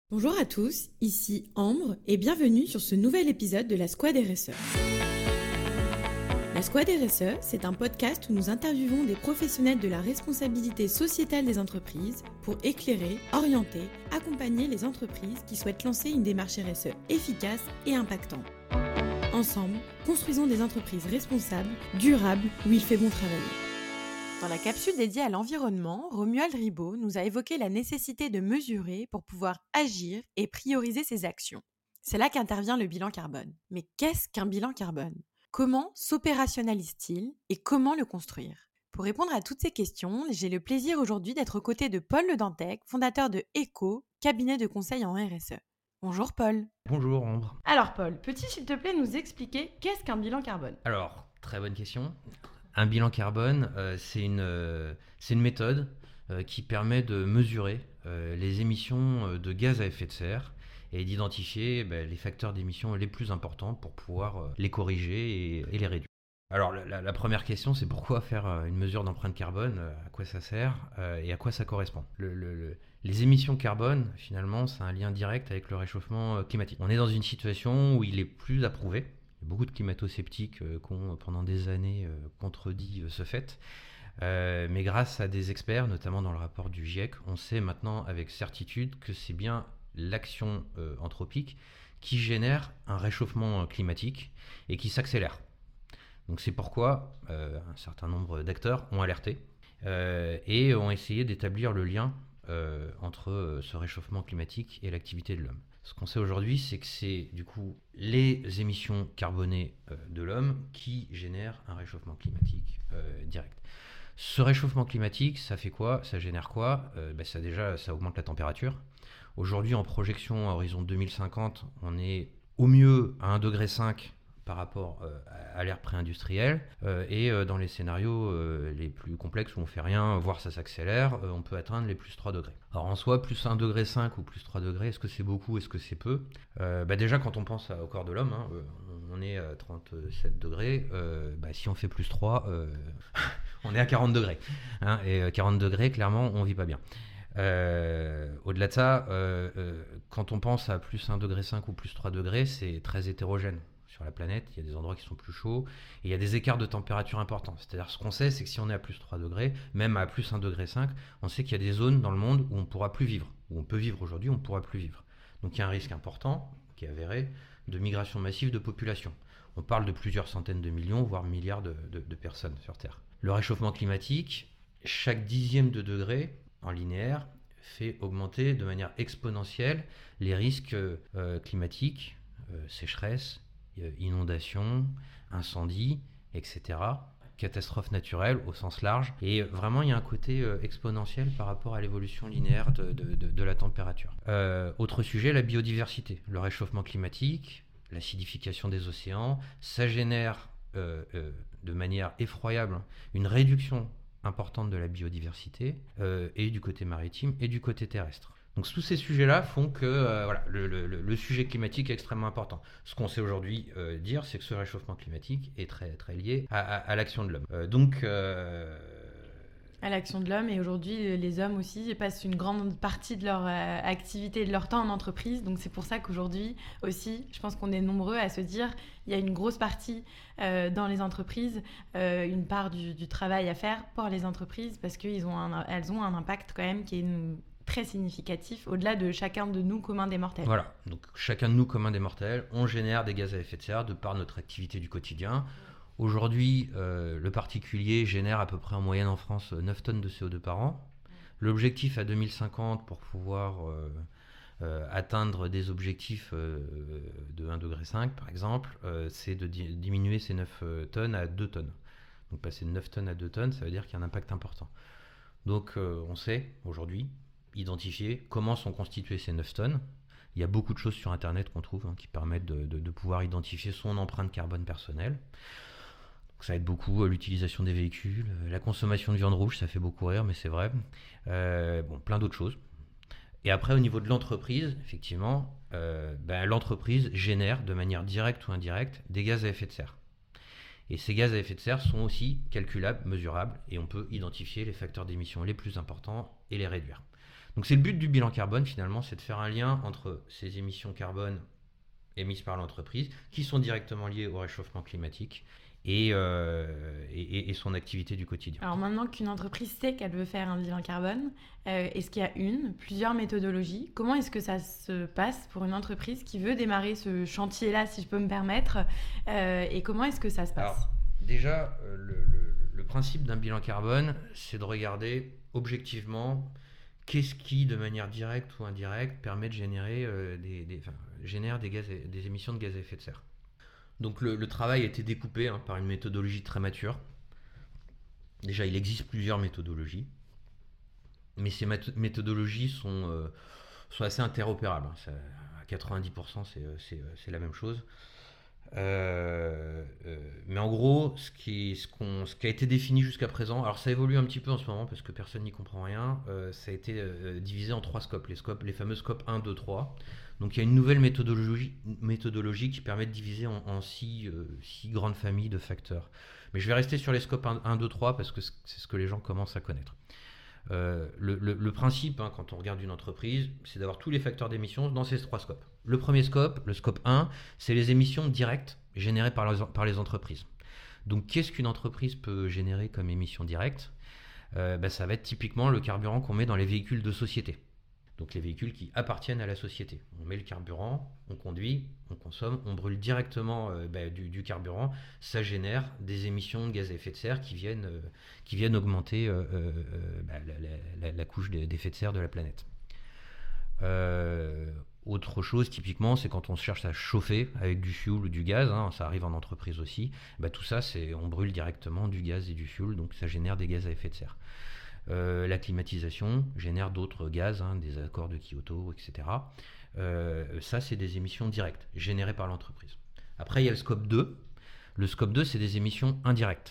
Bonjour à tous, ici Ambre et bienvenue sur ce nouvel épisode de la Squad RSE. La Squad RSE, c'est un podcast où nous interviewons des professionnels de la responsabilité sociétale des entreprises pour éclairer, orienter, accompagner les entreprises qui souhaitent lancer une démarche RSE efficace et impactante. Ensemble, construisons des entreprises responsables, durables, où il fait bon travailler. Dans la capsule dédiée à l'environnement, Romuald Ribot nous a évoqué la nécessité de mesurer pour pouvoir agir et prioriser ses actions. C'est là qu'intervient le bilan carbone. Mais qu'est-ce qu'un bilan carbone ? Comment s'opérationnalise-t-il et comment le construire ? Pour répondre à toutes ces questions, j'ai le plaisir aujourd'hui d'être aux côtés de Paul Le Dantec, fondateur de ECO, cabinet de conseil en RSE. Bonjour Paul. Bonjour Ambre. Alors Paul, peux-tu s'il te plaît nous expliquer qu'est-ce qu'un bilan carbone ? Alors, très bonne question. Un bilan carbone, c'est une méthode qui permet de mesurer les émissions de gaz à effet de serre et d'identifier les facteurs d'émissions les plus importants pour pouvoir les corriger et les réduire. Alors la première question, c'est pourquoi faire une mesure d'empreinte carbone, à quoi ça sert et à quoi ça correspond. Les émissions carbone, finalement, c'est un lien direct avec le réchauffement climatique. On est dans une situation où il est plus à prouver. Il y a beaucoup de climato-sceptiques qui ont pendant des années contredit ce fait. Mais grâce à des experts, notamment dans le rapport du GIEC, on sait maintenant avec certitude que c'est bien l'action anthropique qui génère un réchauffement climatique et qui s'accélère. Donc c'est pourquoi un certain nombre d'acteurs ont alerté et ont essayé d'établir le lien entre ce réchauffement climatique et l'activité de l'homme. Ce qu'on sait aujourd'hui, c'est que c'est du coup les émissions carbonées de l'homme qui génèrent un réchauffement climatique direct. Ce réchauffement climatique, ça fait quoi ? Ça génère quoi ? Ça augmente la température. Aujourd'hui, en projection à horizon 2050, on est au mieux à 1,5 degré par rapport à l'ère pré-industrielle et dans les scénarios les plus complexes où on fait rien, voire ça s'accélère, on peut atteindre les plus 3 degrés. Alors en soi, plus 1,5 degré ou plus 3 degrés, est-ce que c'est beaucoup, est-ce que c'est peu ? Déjà quand on pense au corps de l'homme, on est à 37 degrés, si on fait plus 3, on est à 40 degrés. Et 40 degrés, clairement, on vit pas bien. Au-delà de ça, quand on pense à plus 1,5 degré ou plus 3 degrés, c'est très hétérogène. Sur la planète, il y a des endroits qui sont plus chauds et il y a des écarts de température importants. C'est-à-dire ce qu'on sait, c'est que si on est à plus 3 degrés, même à plus 1,5 degré, on sait qu'il y a des zones dans le monde où on ne pourra plus vivre. Où on peut vivre aujourd'hui, on ne pourra plus vivre. Donc il y a un risque important, qui est avéré, de migration massive de population. On parle de plusieurs centaines de millions, voire milliards de personnes sur Terre. Le réchauffement climatique, chaque dixième de degré en linéaire, fait augmenter de manière exponentielle les risques climatiques, sécheresse, inondations, incendies, etc. Catastrophes naturelles au sens large. Et vraiment, il y a un côté exponentiel par rapport à l'évolution linéaire de la température. Autre sujet, la biodiversité. Le réchauffement climatique, l'acidification des océans, ça génère de manière effroyable une réduction importante de la biodiversité et du côté maritime et du côté terrestre. Donc tous ces sujets-là font que le sujet climatique est extrêmement important. Ce qu'on sait aujourd'hui dire, c'est que ce réchauffement climatique est très, très lié à l'action de l'homme. À l'action de l'homme, et aujourd'hui les hommes aussi passent une grande partie de leur activité et de leur temps en entreprise, donc c'est pour ça qu'aujourd'hui aussi je pense qu'on est nombreux à se dire il y a une grosse partie dans les entreprises, une part du travail à faire pour les entreprises parce qu'elles ont un impact quand même qui est très significatif au-delà de chacun de nous communs des mortels. Voilà, donc chacun de nous communs des mortels, on génère des gaz à effet de serre de par notre activité du quotidien. Aujourd'hui, le particulier génère à peu près en moyenne en France 9 tonnes de CO2 par an. L'objectif à 2050 pour pouvoir atteindre des objectifs de 1,5 degré par exemple, c'est de diminuer ces 9 tonnes à 2 tonnes. Donc passer de 9 tonnes à 2 tonnes, ça veut dire qu'il y a un impact important. Donc on sait aujourd'hui identifier comment sont constituées ces 9 tonnes. Il y a beaucoup de choses sur Internet qu'on trouve qui permettent de pouvoir identifier son empreinte carbone personnelle. Donc ça aide beaucoup l'utilisation des véhicules, la consommation de viande rouge, ça fait beaucoup rire, mais c'est vrai. Plein d'autres choses. Et après, au niveau de l'entreprise, effectivement, l'entreprise génère de manière directe ou indirecte des gaz à effet de serre. Et ces gaz à effet de serre sont aussi calculables, mesurables, et on peut identifier les facteurs d'émission les plus importants et les réduire. Donc c'est le but du bilan carbone finalement, c'est de faire un lien entre ces émissions carbone émises par l'entreprise, qui sont directement liées au réchauffement climatique, et son activité du quotidien. Alors maintenant qu'une entreprise sait qu'elle veut faire un bilan carbone, est-ce qu'il y a plusieurs méthodologies? Comment est-ce que ça se passe pour une entreprise qui veut démarrer ce chantier-là, si je peux me permettre, et comment est-ce que ça se passe? Alors, déjà, le principe d'un bilan carbone, c'est de regarder objectivement qu'est-ce qui, de manière directe ou indirecte, permet de générer génère des émissions de gaz à effet de serre. Donc le travail a été découpé par une méthodologie très mature. Déjà, il existe plusieurs méthodologies, mais ces méthodologies sont assez interopérables. À 90%, c'est la même chose. Mais en gros, ce qui a été défini jusqu'à présent, alors ça évolue un petit peu en ce moment parce que personne n'y comprend rien, ça a été divisé en 3 scopes, les fameux scopes 1, 2, 3. Donc il y a une nouvelle méthodologie qui permet de diviser en 6 grandes familles de facteurs. Mais je vais rester sur les scopes 1, 2, 3 parce que c'est ce que les gens commencent à connaître. Le principe, quand on regarde une entreprise, c'est d'avoir tous les facteurs d'émissions dans ces 3 scopes. Le premier scope, le scope 1, c'est les émissions directes générées par les entreprises. Donc qu'est-ce qu'une entreprise peut générer comme émissions directes? Ça va être typiquement le carburant qu'on met dans les véhicules de société. Donc les véhicules qui appartiennent à la société. On met le carburant, on conduit, on consomme, on brûle directement du carburant. Ça génère des émissions de gaz à effet de serre qui viennent augmenter la couche d'effet de serre de la planète. Autre chose, typiquement, c'est quand on cherche à chauffer avec du fioul ou du gaz, ça arrive en entreprise aussi, tout ça, on brûle directement du gaz et du fioul, donc ça génère des gaz à effet de serre. La climatisation génère d'autres gaz, des accords de Kyoto, etc. Ça, c'est des émissions directes, générées par l'entreprise. Après, il y a le scope 2. Le scope 2, c'est des émissions indirectes,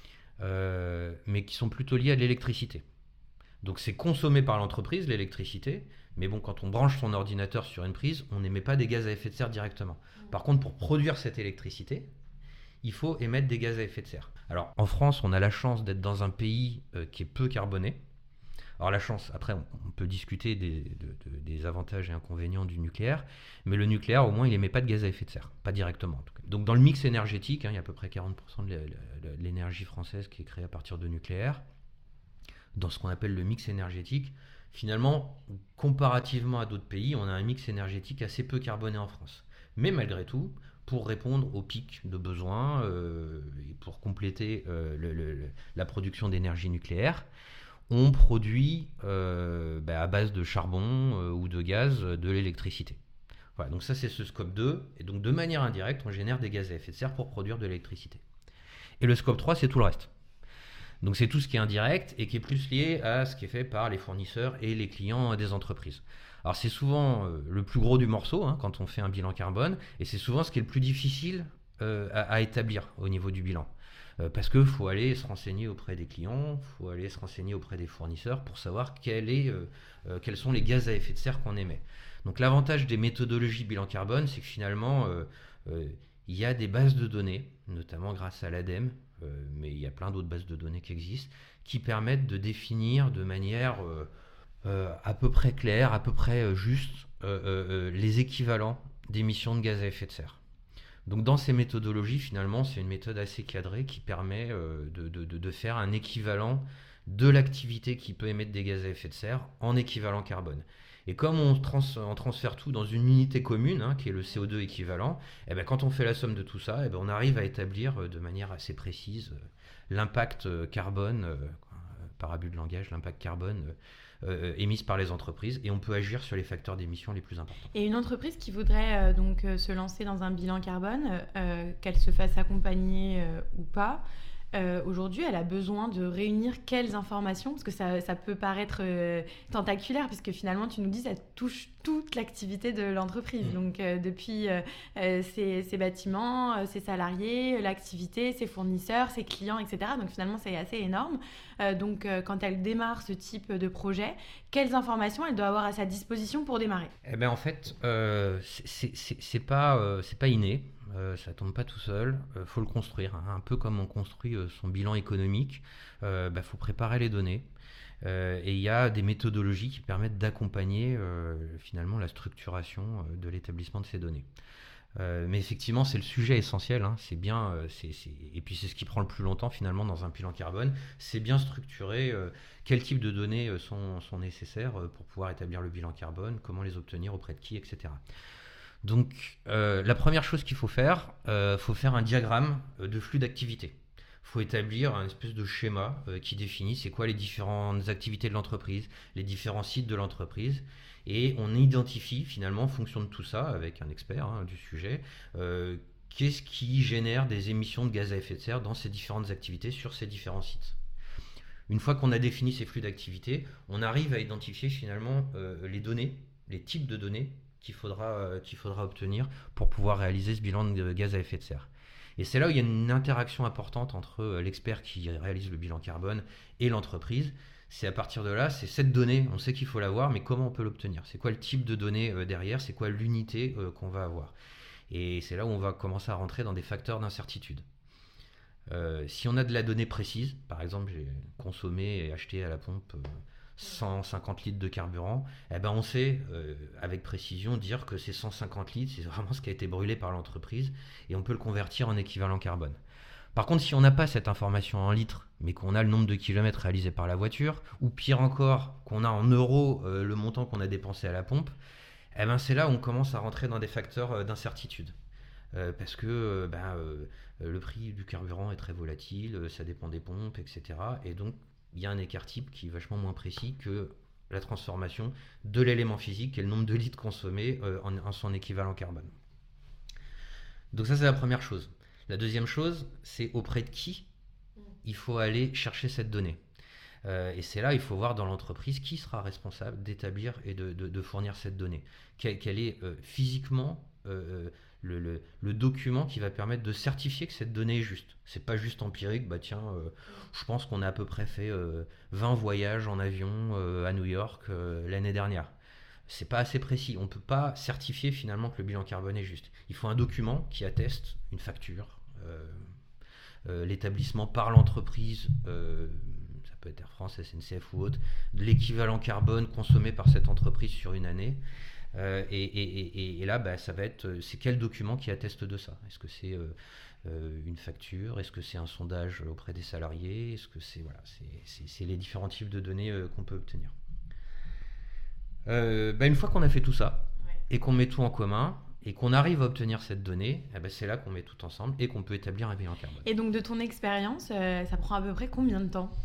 mais qui sont plutôt liées à l'électricité. Donc c'est consommé par l'entreprise, l'électricité, mais bon, quand on branche son ordinateur sur une prise, on n'émet pas des gaz à effet de serre directement. Par contre, pour produire cette électricité, il faut émettre des gaz à effet de serre. Alors en France, on a la chance d'être dans un pays qui est peu carboné. Alors la chance, après on peut discuter des avantages et inconvénients du nucléaire, mais le nucléaire au moins il émet pas de gaz à effet de serre, pas directement en tout cas. Donc dans le mix énergétique, il y a à peu près 40% de l'énergie française qui est créée à partir de nucléaire. Dans ce qu'on appelle le mix énergétique, finalement, comparativement à d'autres pays, on a un mix énergétique assez peu carboné en France. Mais malgré tout, pour répondre aux pics de besoins et pour compléter la production d'énergie nucléaire, on produit à base de charbon ou de gaz de l'électricité. Voilà, donc ça c'est ce scope 2, et donc de manière indirecte, on génère des gaz à effet de serre pour produire de l'électricité. Et le scope 3, c'est tout le reste. Donc c'est tout ce qui est indirect et qui est plus lié à ce qui est fait par les fournisseurs et les clients des entreprises. Alors c'est souvent le plus gros du morceau quand on fait un bilan carbone, et c'est souvent ce qui est le plus difficile à établir au niveau du bilan. Parce qu'il faut aller se renseigner auprès des clients, il faut aller se renseigner auprès des fournisseurs pour savoir quels sont les gaz à effet de serre qu'on émet. Donc l'avantage des méthodologies bilan carbone, c'est que finalement il y a des bases de données, notamment grâce à l'ADEME, mais il y a plein d'autres bases de données qui existent, qui permettent de définir de manière à peu près claire, à peu près juste, les équivalents d'émissions de gaz à effet de serre. Donc dans ces méthodologies, finalement, c'est une méthode assez cadrée qui permet de faire un équivalent de l'activité qui peut émettre des gaz à effet de serre en équivalent carbone. Et comme on transfère tout dans une unité commune, qui est le CO2 équivalent, quand on fait la somme de tout ça, on arrive à établir de manière assez précise l'impact carbone, par abus de langage, l'impact carbone émise par les entreprises, et on peut agir sur les facteurs d'émission les plus importants. Et une entreprise qui voudrait se lancer dans un bilan carbone, qu'elle se fasse accompagner ou pas, aujourd'hui, elle a besoin de réunir quelles informations? Parce que ça peut paraître tentaculaire, puisque finalement, tu nous dis, ça touche toute l'activité de l'entreprise. Donc, depuis ses bâtiments, ses salariés, l'activité, ses fournisseurs, ses clients, etc. Donc, finalement, c'est assez énorme. Donc, quand elle démarre ce type de projet, quelles informations elle doit avoir à sa disposition pour démarrer? En fait, c'est pas inné. Ça tombe pas tout seul, faut le construire, un peu comme on construit son bilan économique. Faut préparer les données, Et il y a des méthodologies qui permettent d'accompagner finalement la structuration de l'établissement de ces données. Mais effectivement, c'est le sujet essentiel, hein. C'est bien, et puis c'est ce qui prend le plus longtemps finalement dans un bilan carbone, c'est bien structurer quel type de données sont nécessaires pour pouvoir établir le bilan carbone, comment les obtenir, auprès de qui, etc. Donc la première chose qu'il faut faire un diagramme de flux d'activité. Il faut établir un espèce de schéma qui définit c'est quoi les différentes activités de l'entreprise, les différents sites de l'entreprise, et on identifie finalement en fonction de tout ça, avec un expert du sujet, qu'est-ce qui génère des émissions de gaz à effet de serre dans ces différentes activités sur ces différents sites. Une fois qu'on a défini ces flux d'activité, on arrive à identifier finalement les données, les types de données qu'il faudra obtenir pour pouvoir réaliser ce bilan de gaz à effet de serre. Et c'est là où il y a une interaction importante entre l'expert qui réalise le bilan carbone et l'entreprise. C'est à partir de là, c'est cette donnée, on sait qu'il faut l'avoir, mais comment on peut l'obtenir? C'est quoi le type de données derrière? C'est quoi l'unité qu'on va avoir? Et c'est là où on va commencer à rentrer dans des facteurs d'incertitude. Si on a de la donnée précise, par exemple j'ai consommé et acheté à la pompe 150 litres de carburant, eh ben on sait avec précision dire que ces 150 litres, c'est vraiment ce qui a été brûlé par l'entreprise et on peut le convertir en équivalent carbone. Par contre, si on n'a pas cette information en litres, mais qu'on a le nombre de kilomètres réalisés par la voiture, ou pire encore, qu'on a en euros le montant qu'on a dépensé à la pompe, eh ben c'est là où on commence à rentrer dans des facteurs d'incertitude. Parce que le prix du carburant est très volatile, ça dépend des pompes, etc. Et donc, il y a un écart type qui est vachement moins précis que la transformation de l'élément physique et le nombre de litres consommés en son équivalent carbone. Donc ça, c'est la première chose. La deuxième chose, c'est auprès de qui il faut aller chercher cette donnée. Et c'est là, il faut voir dans l'entreprise qui sera responsable d'établir et de fournir cette donnée. Quel est physiquement le document qui va permettre de certifier que cette donnée est juste. C'est pas juste empirique, je pense qu'on a à peu près fait 20 voyages en avion à New York l'année dernière. C'est pas assez précis. On peut pas certifier finalement que le bilan carbone est juste. Il faut un document qui atteste une facture, l'établissement par l'entreprise, ça peut être Air France, SNCF ou autre, de l'équivalent carbone consommé par cette entreprise sur une année. Et là, ça va être, c'est quel document qui atteste de ça? Est-ce que c'est une facture? Est-ce que c'est un sondage auprès des salariés? Est-ce que c'est les différents types de données qu'on peut obtenir. Une fois qu'on a fait tout ça et qu'on met tout en commun et qu'on arrive à obtenir cette donnée, c'est là qu'on met tout ensemble et qu'on peut établir un bilan carbone. Et donc de ton expérience, ça prend à peu près combien de temps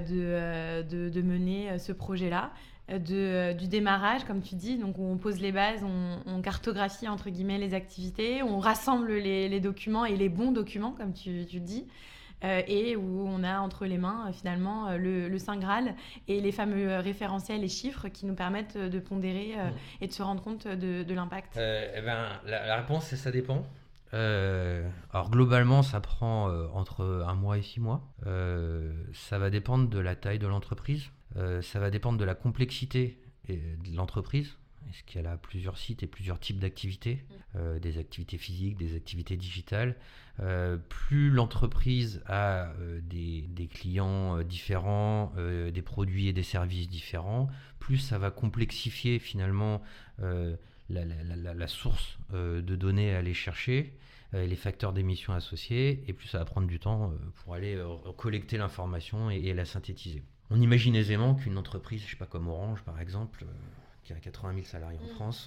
de mener ce projet-là, du démarrage, comme tu dis, donc on pose les bases, on cartographie entre guillemets les activités, on rassemble les documents et les bons documents, comme tu dis, et où on a entre les mains finalement le Saint Graal et les fameux référentiels et chiffres qui nous permettent de pondérer et de se rendre compte de l'impact. La réponse, c'est ça dépend. Alors globalement, ça prend entre 1 mois et 6 mois. Ça va dépendre de la taille de l'entreprise. Ça va dépendre de la complexité de l'entreprise. Est-ce qu'elle a plusieurs sites et plusieurs types d'activités, des activités physiques, des activités digitales. Plus l'entreprise a des clients différents, des produits et des services différents, plus ça va complexifier finalement la source de données à aller chercher, les facteurs d'émission associés, et plus ça va prendre du temps pour aller collecter l'information et la synthétiser. On imagine aisément qu'une entreprise, je sais pas, comme Orange par exemple, qui a 80 000 salariés en France,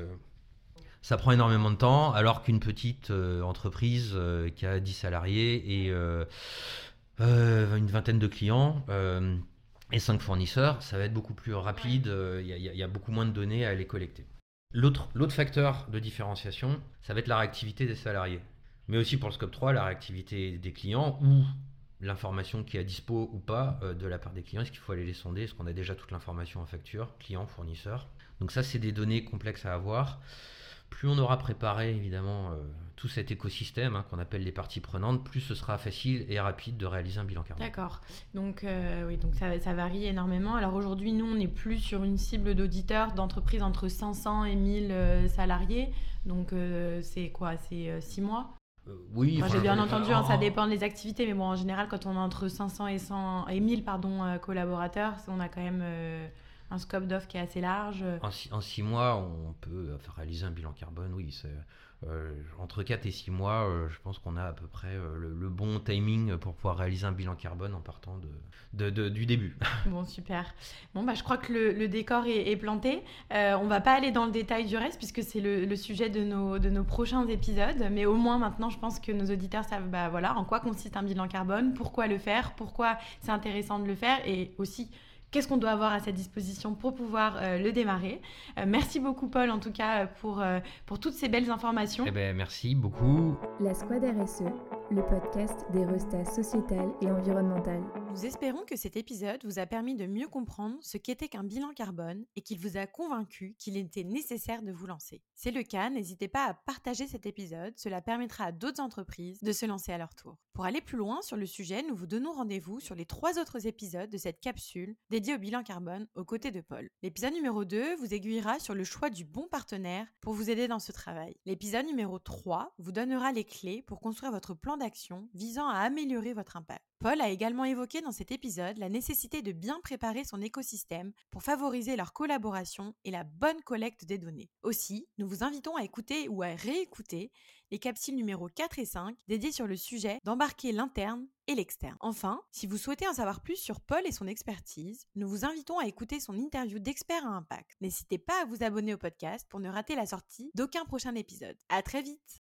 ça prend énormément de temps, alors qu'une petite entreprise qui a 10 salariés et une vingtaine de clients et 5 fournisseurs, ça va être beaucoup plus rapide, il y a beaucoup moins de données à aller collecter. L'autre facteur de différenciation, ça va être la réactivité des salariés, mais aussi pour le scope 3, la réactivité des clients ou l'information qui est à dispo ou pas de la part des clients. Est-ce qu'il faut aller les sonder? Est-ce qu'on a déjà toute l'information en facture, client, fournisseur? Donc ça, c'est des données complexes à avoir. Plus on aura préparé évidemment tout cet écosystème qu'on appelle les parties prenantes, plus ce sera facile et rapide de réaliser un bilan carbone. D'accord. Donc donc ça varie énormément. Alors aujourd'hui, nous, on n'est plus sur une cible d'auditeurs d'entreprises entre 500 et 1000 salariés. Donc c'est quoi? C'est 6 mois? Oui, Moi, enfin, j'ai bien entendu, hein, ça dépend des activités, mais bon, en général, quand on a entre 500 et 1000 collaborateurs, on a quand même un scope d'offre qui est assez large. En 6 mois, on peut réaliser un bilan carbone, oui. Entre 4 et 6 mois, je pense qu'on a à peu près le bon timing pour pouvoir réaliser un bilan carbone en partant du début. Bon, super. Bon, bah, je crois que le décor est planté. On va pas aller dans le détail du reste puisque c'est le sujet de nos prochains épisodes. Mais au moins maintenant, je pense que nos auditeurs savent bah, voilà, en quoi consiste un bilan carbone, pourquoi le faire, pourquoi c'est intéressant de le faire et aussi qu'est-ce qu'on doit avoir à sa disposition pour pouvoir le démarrer. Merci beaucoup Paul en tout cas pour toutes ces belles informations. Eh ben, merci beaucoup. La Squad RSE, le podcast des restats sociétales et environnementales. Nous espérons que cet épisode vous a permis de mieux comprendre ce qu'était qu'un bilan carbone et qu'il vous a convaincu qu'il était nécessaire de vous lancer. Si c'est le cas, n'hésitez pas à partager cet épisode, cela permettra à d'autres entreprises de se lancer à leur tour. Pour aller plus loin sur le sujet, nous vous donnons rendez-vous sur les 3 autres épisodes de cette capsule dédiée au bilan carbone aux côtés de Paul. L'épisode numéro 2 vous aiguillera sur le choix du bon partenaire pour vous aider dans ce travail. L'épisode numéro 3 vous donnera les clés pour construire votre plan d'action visant à améliorer votre impact. Paul a également évoqué dans cet épisode la nécessité de bien préparer son écosystème pour favoriser leur collaboration et la bonne collecte des données. Aussi, nous vous invitons à écouter ou à réécouter les capsules numéro 4 et 5 dédiées sur le sujet d'embarquer l'interne et l'externe. Enfin, si vous souhaitez en savoir plus sur Paul et son expertise, nous vous invitons à écouter son interview d'expert à impact. N'hésitez pas à vous abonner au podcast pour ne rater la sortie d'aucun prochain épisode. À très vite!